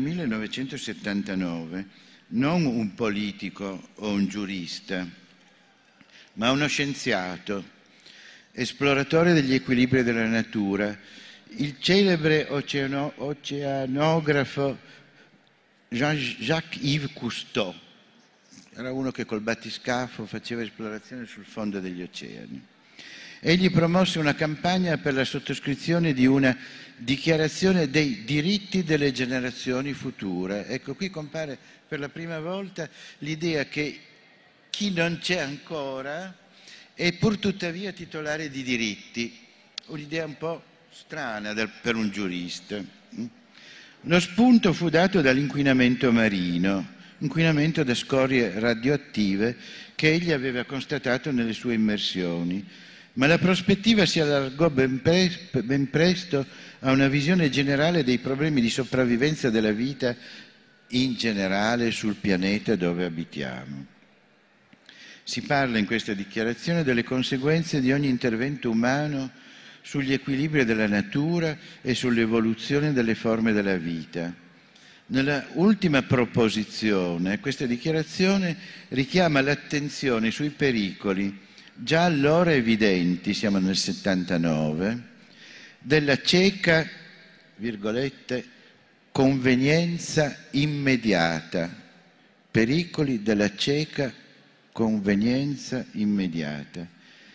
1979 non un politico o un giurista, ma uno scienziato, esploratore degli equilibri della natura, il celebre oceanografo Jacques-Yves Cousteau. Era uno che col battiscafo faceva esplorazione sul fondo degli oceani. Egli promosse una campagna per la sottoscrizione di una dichiarazione dei diritti delle generazioni future. Ecco, qui compare per la prima volta l'idea che chi non c'è ancora è pur tuttavia titolare di diritti, un'idea un po' strana per un giurista. Lo spunto fu dato dall'inquinamento marino, inquinamento da scorie radioattive che egli aveva constatato nelle sue immersioni, ma la prospettiva si allargò ben presto a una visione generale dei problemi di sopravvivenza della vita in generale sul pianeta dove abitiamo. Si parla in questa dichiarazione delle conseguenze di ogni intervento umano sugli equilibri della natura e sull'evoluzione delle forme della vita. Nella ultima proposizione, questa dichiarazione richiama l'attenzione sui pericoli, già allora evidenti, siamo nel 79, della cieca, virgolette, convenienza immediata, pericoli della cieca convenienza immediata.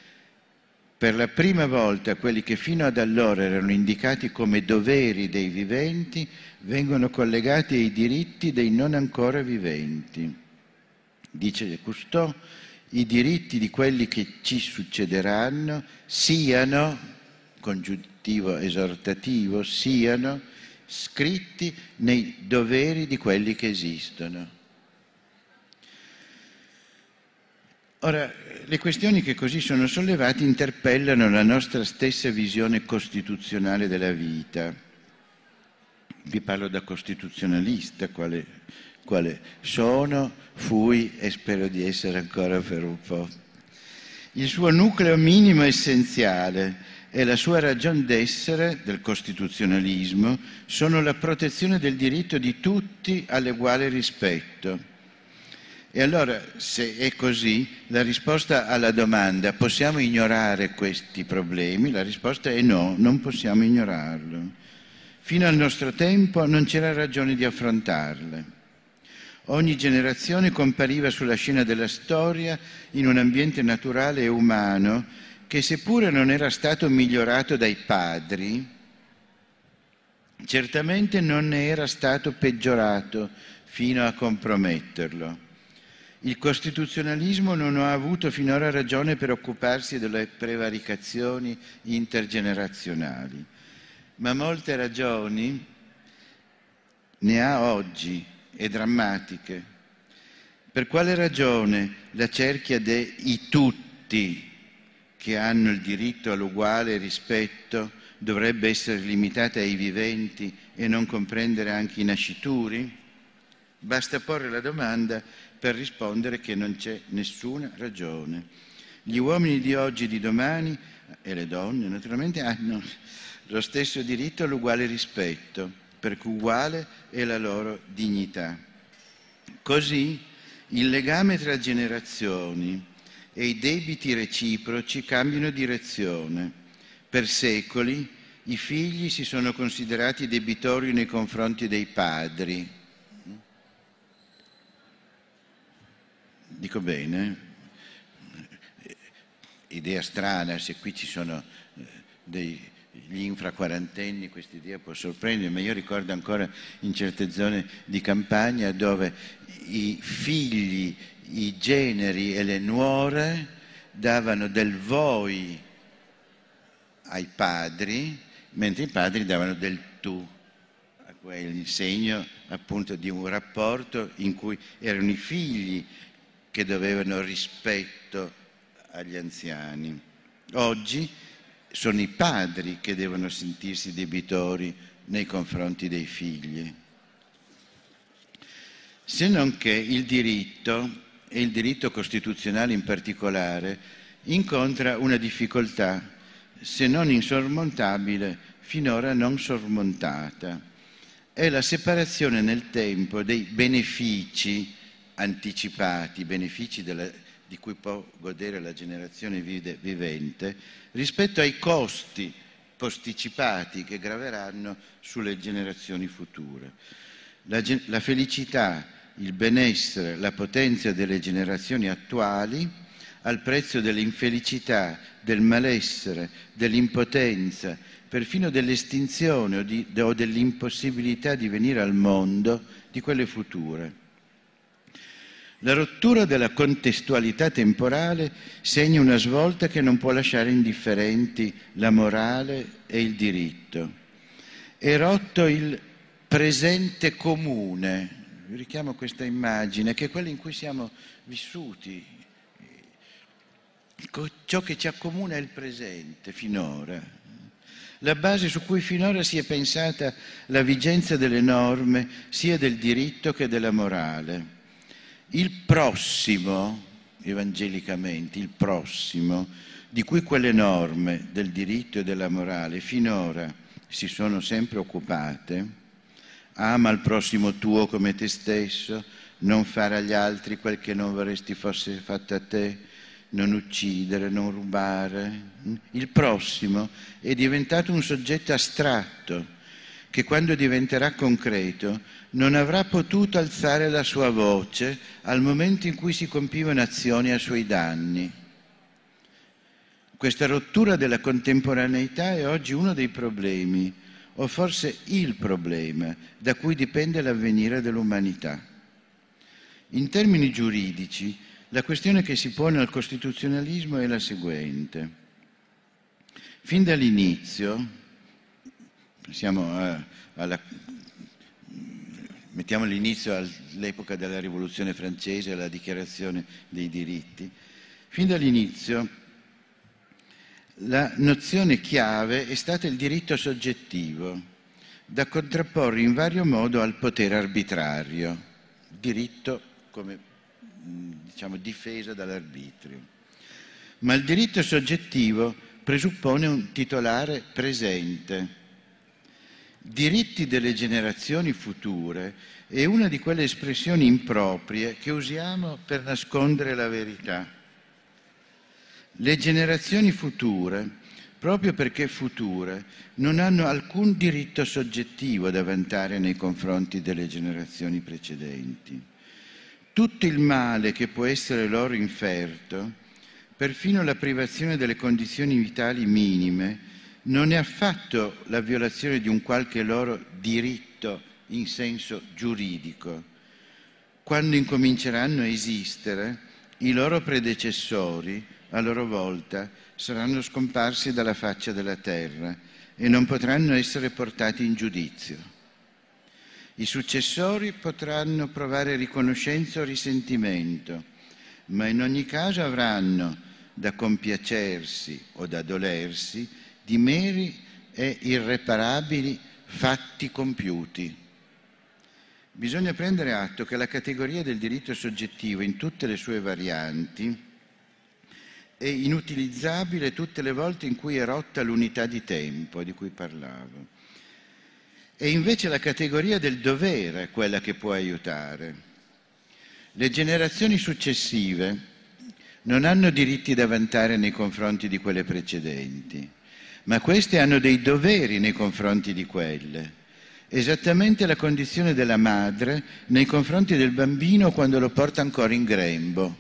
Per la prima volta quelli che fino ad allora erano indicati come doveri dei viventi vengono collegati ai diritti dei non ancora viventi. Dice Cousteau, i diritti di quelli che ci succederanno siano, congiuntivo esortativo, siano scritti nei doveri di quelli che esistono. Ora, le questioni che così sono sollevate interpellano la nostra stessa visione costituzionale della vita. Vi parlo da costituzionalista, quale sono, fui e spero di essere ancora per un po'. Il suo nucleo minimo essenziale e la sua ragion d'essere del costituzionalismo sono la protezione del diritto di tutti all'uguale rispetto. E allora, se è così, la risposta alla domanda possiamo ignorare questi problemi? La risposta è no, non possiamo ignorarlo. Fino al nostro tempo non c'era ragione di affrontarle. Ogni generazione compariva sulla scena della storia in un ambiente naturale e umano che, seppure non era stato migliorato dai padri, certamente non ne era stato peggiorato fino a comprometterlo. Il costituzionalismo non ha avuto finora ragione per occuparsi delle prevaricazioni intergenerazionali, ma molte ragioni ne ha oggi, e drammatiche. Per quale ragione la cerchia dei tutti che hanno il diritto all'uguale rispetto dovrebbe essere limitata ai viventi e non comprendere anche i nascituri? Basta porre la domanda per rispondere che non c'è nessuna ragione. Gli uomini di oggi e di domani, e le donne naturalmente, hanno lo stesso diritto all'uguale rispetto, perché uguale è la loro dignità. Così il legame tra generazioni e i debiti reciproci cambiano direzione. Per secoli i figli si sono considerati debitori nei confronti dei padri. Dico bene? Idea strana, se qui ci sono gli infraquarantenni, questa idea può sorprendere, ma io ricordo ancora in certe zone di campagna dove i figli, i generi e le nuore davano del voi ai padri, mentre i padri davano del tu, a quel segno appunto di un rapporto in cui erano i figli che dovevano rispetto agli anziani. Oggi sono i padri che devono sentirsi debitori nei confronti dei figli. Se non che il diritto, e il diritto costituzionale in particolare, incontra una difficoltà, se non insormontabile, finora non sormontata. È la separazione nel tempo dei benefici anticipati, benefici di cui può godere la generazione vivente, rispetto ai costi posticipati che graveranno sulle generazioni future. La felicità, il benessere, la potenza delle generazioni attuali al prezzo dell'infelicità, del malessere, dell'impotenza, perfino dell'estinzione o dell'impossibilità di venire al mondo di quelle future. La rottura della contestualità temporale segna una svolta che non può lasciare indifferenti la morale e il diritto. È rotto il presente comune, richiamo questa immagine, che è quella in cui siamo vissuti. Ciò che ci accomuna è il presente finora. La base su cui finora si è pensata la vigenza delle norme sia del diritto che della morale. Il prossimo, evangelicamente, il prossimo, di cui quelle norme del diritto e della morale finora si sono sempre occupate, ama il prossimo tuo come te stesso, non fare agli altri quel che non vorresti fosse fatto a te, non uccidere, non rubare. Il prossimo è diventato un soggetto astratto che quando diventerà concreto non avrà potuto alzare la sua voce al momento in cui si compivano azioni a suoi danni. Questa rottura della contemporaneità è oggi uno dei problemi, o forse il problema, da cui dipende l'avvenire dell'umanità. In termini giuridici, la questione che si pone al costituzionalismo è la seguente. Fin dall'inizio, mettiamo l'inizio all'epoca della Rivoluzione francese, alla Dichiarazione dei diritti, fin dall'inizio la nozione chiave è stata il diritto soggettivo, da contrapporre in vario modo al potere arbitrario, diritto come difesa dall'arbitrio. ma il diritto soggettivo presuppone un titolare presente. Diritti delle generazioni future è una di quelle espressioni improprie che usiamo per nascondere la verità. Le generazioni future, proprio perché future, non hanno alcun diritto soggettivo da vantare nei confronti delle generazioni precedenti. Tutto il male che può essere loro inferto, perfino la privazione delle condizioni vitali minime, non è affatto la violazione di un qualche loro diritto in senso giuridico. Quando incominceranno a esistere, i loro predecessori, a loro volta, saranno scomparsi dalla faccia della terra e non potranno essere portati in giudizio. I successori potranno provare riconoscenza o risentimento, ma in ogni caso avranno da compiacersi o da dolersi di meri e irreparabili fatti compiuti. Bisogna prendere atto che la categoria del diritto soggettivo in tutte le sue varianti è inutilizzabile tutte le volte in cui è rotta l'unità di tempo di cui parlavo. È invece la categoria del dovere quella che può aiutare. Le generazioni successive non hanno diritti da vantare nei confronti di quelle precedenti, ma queste hanno dei doveri nei confronti di quelle. Esattamente la condizione della madre nei confronti del bambino quando lo porta ancora in grembo.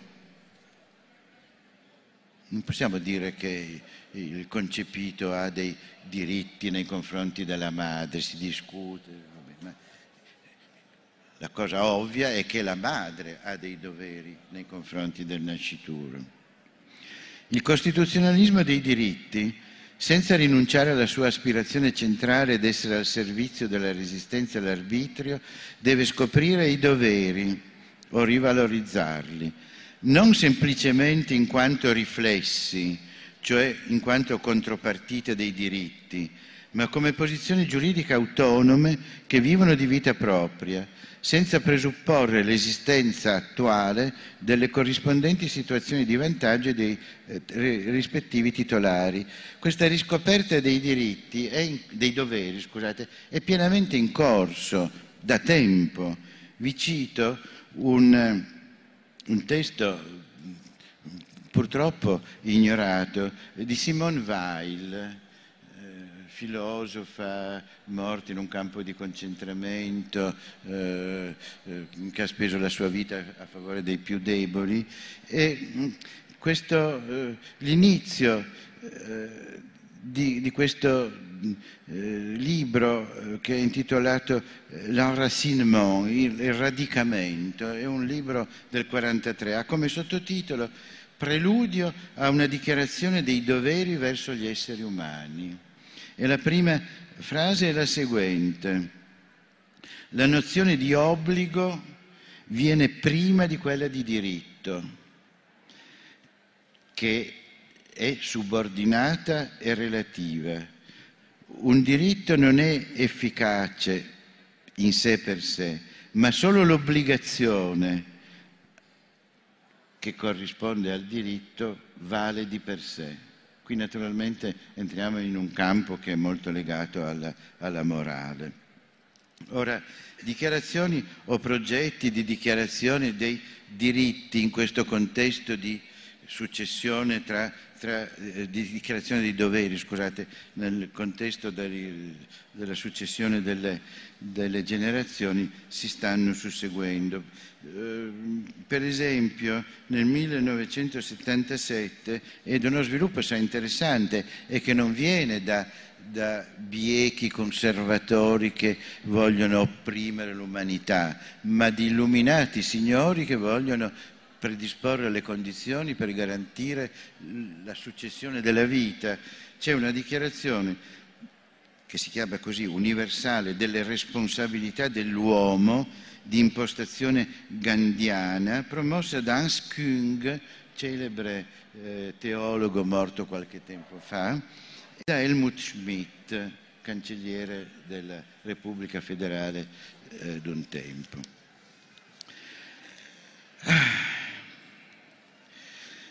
Non possiamo dire che il concepito ha dei diritti nei confronti della madre, si discute, ma la cosa ovvia è che la madre ha dei doveri nei confronti del nascituro. Il costituzionalismo dei diritti, senza rinunciare alla sua aspirazione centrale ed essere al servizio della resistenza all'arbitrio, deve scoprire i doveri o rivalorizzarli, non semplicemente in quanto riflessi, cioè in quanto contropartite dei diritti, ma come posizioni giuridiche autonome che vivono di vita propria, senza presupporre l'esistenza attuale delle corrispondenti situazioni di vantaggio dei rispettivi titolari. Questa riscoperta dei diritti, dei doveri, scusate, è pienamente in corso da tempo. Vi cito un testo purtroppo ignorato di Simone Weil, filosofa morta in un campo di concentramento, che ha speso la sua vita a favore dei più deboli, e l'inizio di questo libro che è intitolato L'enracinement, il radicamento, è un libro del 1943, ha come sottotitolo Preludio a una dichiarazione dei doveri verso gli esseri umani. E la prima frase è la seguente: la nozione di obbligo viene prima di quella di diritto, che è subordinata e relativa. Un diritto non è efficace in sé per sé, ma solo l'obbligazione che corrisponde al diritto vale di per sé. Qui naturalmente entriamo in un campo che è molto legato alla morale. Ora, dichiarazioni o progetti di dichiarazione dei diritti in questo contesto di successione di dichiarazione dei doveri, scusate, nel contesto della successione delle generazioni si stanno susseguendo. Per esempio nel 1977, ed uno sviluppo assai interessante e che non viene da biechi conservatori che vogliono opprimere l'umanità, ma di illuminati signori che vogliono predisporre le condizioni per garantire la successione della vita. C'è una dichiarazione che si chiama così, universale, delle responsabilità dell'uomo, di impostazione gandhiana, promossa da Hans Küng, celebre teologo morto qualche tempo fa, e da Helmut Schmidt, cancelliere della Repubblica Federale d'un tempo.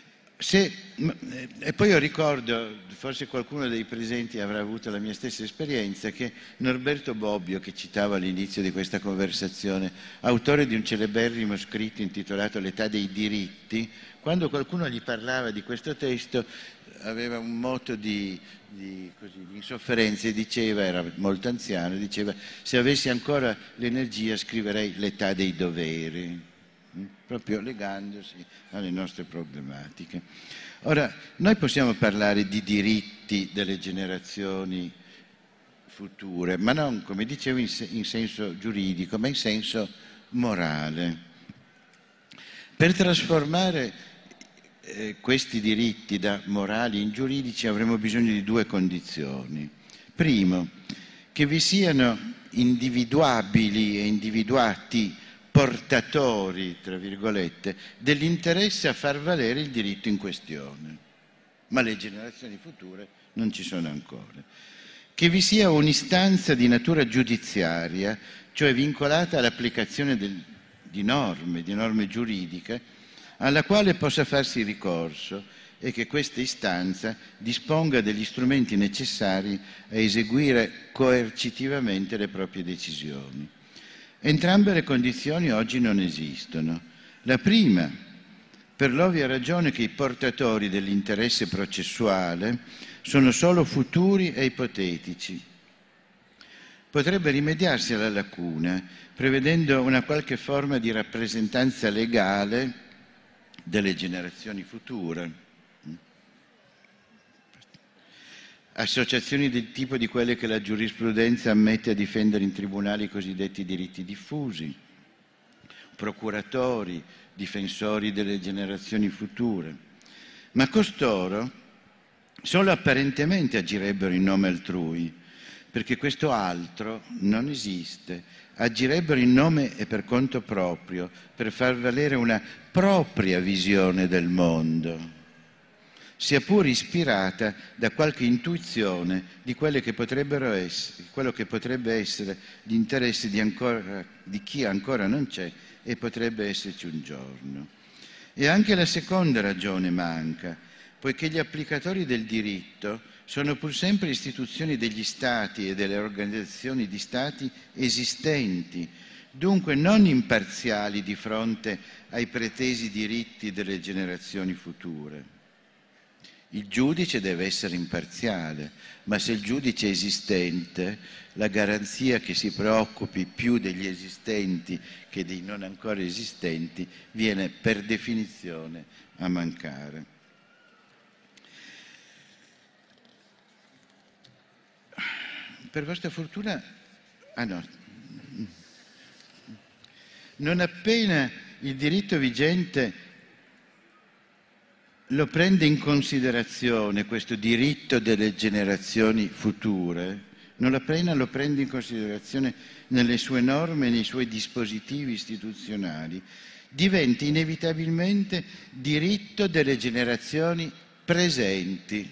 E poi io ricordo, forse qualcuno dei presenti avrà avuto la mia stessa esperienza, che Norberto Bobbio, che citavo all'inizio di questa conversazione, autore di un celeberrimo scritto intitolato L'età dei diritti, quando qualcuno gli parlava di questo testo aveva un moto di insofferenza e diceva, era molto anziano, diceva: se avessi ancora l'energia scriverei L'età dei doveri, proprio legandosi alle nostre problematiche. Ora, noi possiamo parlare di diritti delle generazioni future, ma non, come dicevo, in senso giuridico, ma in senso morale. Per trasformare questi diritti da morali in giuridici avremo bisogno di due condizioni. Primo, che vi siano individuabili e individuati portatori, tra virgolette, dell'interesse a far valere il diritto in questione, ma le generazioni future non ci sono ancora. Che vi sia un'istanza di natura giudiziaria, cioè vincolata all'applicazione di norme giuridiche, alla quale possa farsi ricorso e che questa istanza disponga degli strumenti necessari a eseguire coercitivamente le proprie decisioni. Entrambe le condizioni oggi non esistono. La prima, per l'ovvia ragione che i portatori dell'interesse processuale sono solo futuri e ipotetici. Potrebbe rimediarsi alla lacuna prevedendo una qualche forma di rappresentanza legale delle generazioni future. Associazioni del tipo di quelle che la giurisprudenza ammette a difendere in tribunali i cosiddetti diritti diffusi, procuratori, difensori delle generazioni future, ma costoro solo apparentemente agirebbero in nome altrui, perché questo altro non esiste, agirebbero in nome e per conto proprio, per far valere una propria visione del mondo, sia pur ispirata da qualche intuizione di quello che potrebbe essere gli interessi di chi ancora non c'è e potrebbe esserci un giorno. E anche la seconda ragione manca, poiché gli applicatori del diritto sono pur sempre istituzioni degli Stati e delle organizzazioni di Stati esistenti, dunque non imparziali di fronte ai pretesi diritti delle generazioni future. Il giudice deve essere imparziale, ma se il giudice è esistente, la garanzia che si preoccupi più degli esistenti che dei non ancora esistenti viene per definizione a mancare. Per vostra fortuna, non appena il diritto vigente lo prende in considerazione, questo diritto delle generazioni future, non appena lo prende in considerazione nelle sue norme, nei suoi dispositivi istituzionali, diventa inevitabilmente diritto delle generazioni presenti,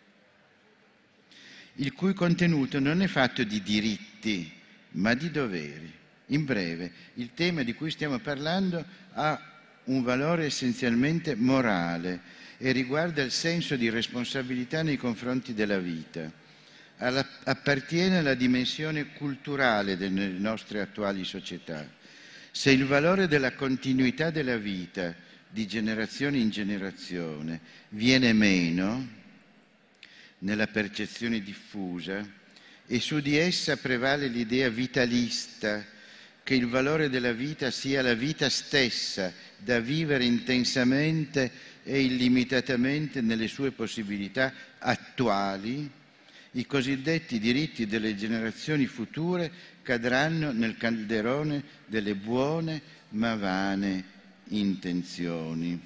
il cui contenuto non è fatto di diritti, ma di doveri. In breve, il tema di cui stiamo parlando ha un valore essenzialmente morale e riguarda il senso di responsabilità nei confronti della vita. Appartiene alla dimensione culturale delle nostre attuali società. Se il valore della continuità della vita di generazione in generazione viene meno nella percezione diffusa e su di essa prevale l'idea vitalista che il valore della vita sia la vita stessa da vivere intensamente e illimitatamente nelle sue possibilità attuali, i cosiddetti diritti delle generazioni future cadranno nel calderone delle buone ma vane intenzioni.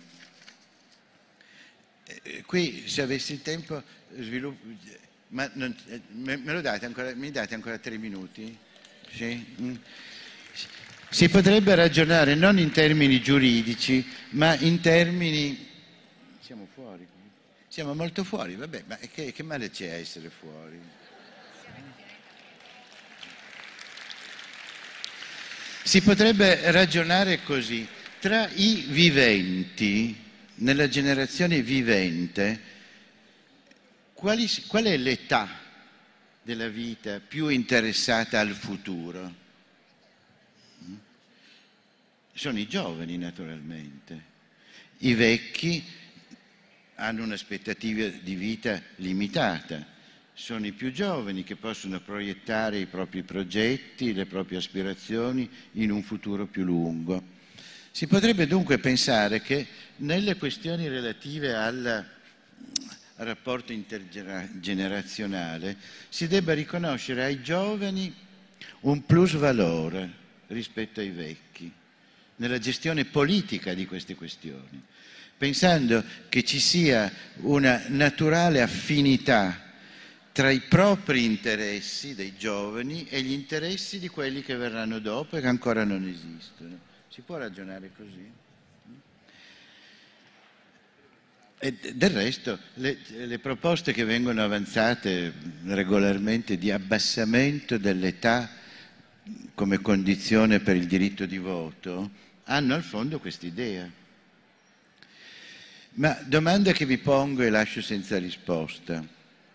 Qui, se avessi il tempo, ma non, me lo date ancora, mi date ancora 3 minuti? Sì? Si potrebbe ragionare non in termini giuridici, ma in termini... Siamo fuori? Siamo molto fuori, vabbè, ma che male c'è a essere fuori? Si potrebbe ragionare così: tra i viventi nella generazione vivente, qual è l'età della vita più interessata al futuro? Sono i giovani, naturalmente. I vecchi hanno un'aspettativa di vita limitata. Sono i più giovani che possono proiettare i propri progetti, le proprie aspirazioni in un futuro più lungo. Si potrebbe dunque pensare che nelle questioni relative al rapporto intergenerazionale si debba riconoscere ai giovani un plus valore rispetto ai vecchi nella gestione politica di queste questioni, pensando che ci sia una naturale affinità tra i propri interessi dei giovani e gli interessi di quelli che verranno dopo e che ancora non esistono. Si può ragionare così? E del resto le proposte che vengono avanzate regolarmente di abbassamento dell'età come condizione per il diritto di voto hanno al fondo quest'idea. Ma domanda che vi pongo e lascio senza risposta.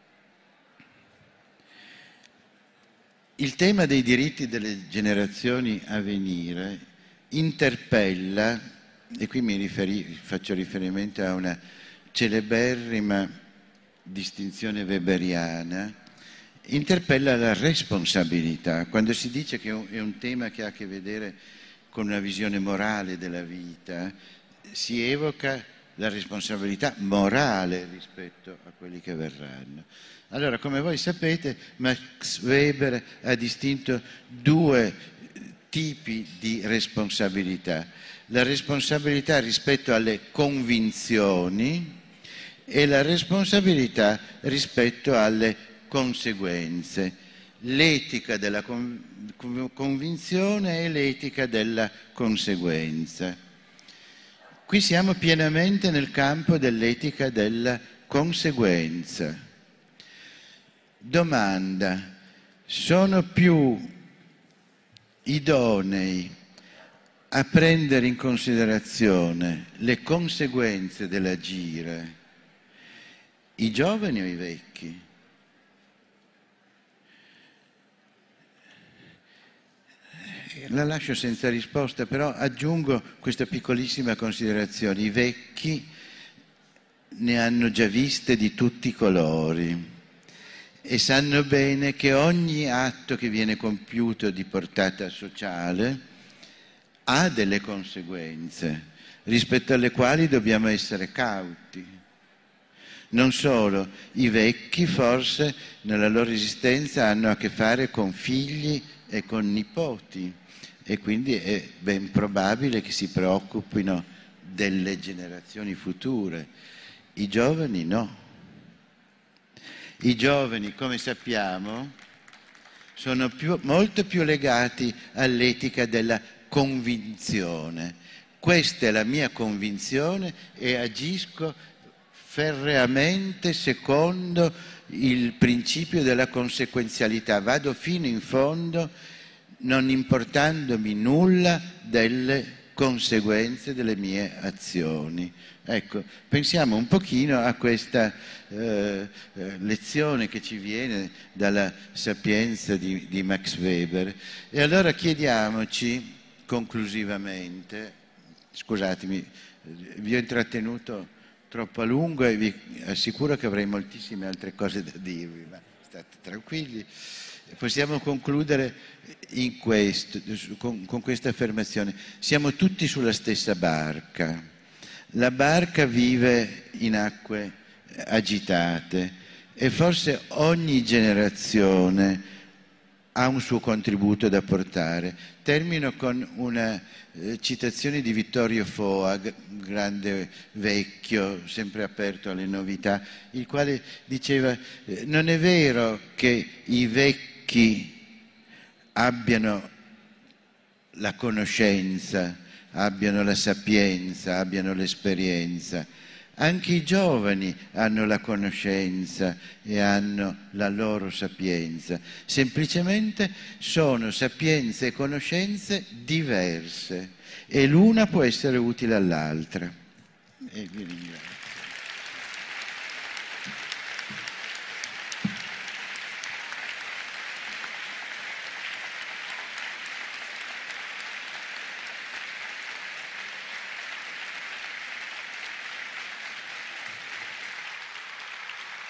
Il tema dei diritti delle generazioni a venire interpella, e qui faccio riferimento a una celeberrima distinzione weberiana, interpella la responsabilità. Quando si dice che è un tema che ha a che vedere con una visione morale della vita, si evoca la responsabilità morale rispetto a quelli che verranno. Allora, come voi sapete, Max Weber ha distinto due tipi di responsabilità. La responsabilità rispetto alle convinzioni e la responsabilità rispetto alle conseguenze. L'etica della convinzione e l'etica della conseguenza. Qui siamo pienamente nel campo dell'etica della conseguenza. Domanda: sono più idonei a prendere in considerazione le conseguenze dell'agire i giovani o i vecchi? La lascio senza risposta, però aggiungo questa piccolissima considerazione. I vecchi ne hanno già viste di tutti i colori e sanno bene che ogni atto che viene compiuto di portata sociale ha delle conseguenze rispetto alle quali dobbiamo essere cauti. Non solo, i vecchi forse nella loro esistenza hanno a che fare con figli e con nipoti e quindi è ben probabile che si preoccupino delle generazioni future. I giovani no. I giovani, come sappiamo, sono molto più legati all'etica della convinzione. Questa è la mia convinzione e agisco ferreamente secondo il principio della conseguenzialità. Vado fino in fondo, non importandomi nulla delle conseguenze delle mie azioni. Ecco, pensiamo un pochino a questa lezione che ci viene dalla sapienza di Max Weber e allora chiediamoci conclusivamente, scusatemi, vi ho intrattenuto troppo a lungo e vi assicuro che avrei moltissime altre cose da dirvi, ma state tranquilli. Possiamo concludere con questa affermazione. Siamo tutti sulla stessa barca. La barca vive in acque agitate e forse ogni generazione ha un suo contributo da portare. Termino con una citazione di Vittorio Foa, grande vecchio, sempre aperto alle novità, il quale diceva: non è vero che i vecchi abbiano la conoscenza, abbiano la sapienza, abbiano l'esperienza. Anche i giovani hanno la conoscenza e hanno la loro sapienza. Semplicemente sono sapienze e conoscenze diverse e l'una può essere utile all'altra. e vi ringrazio.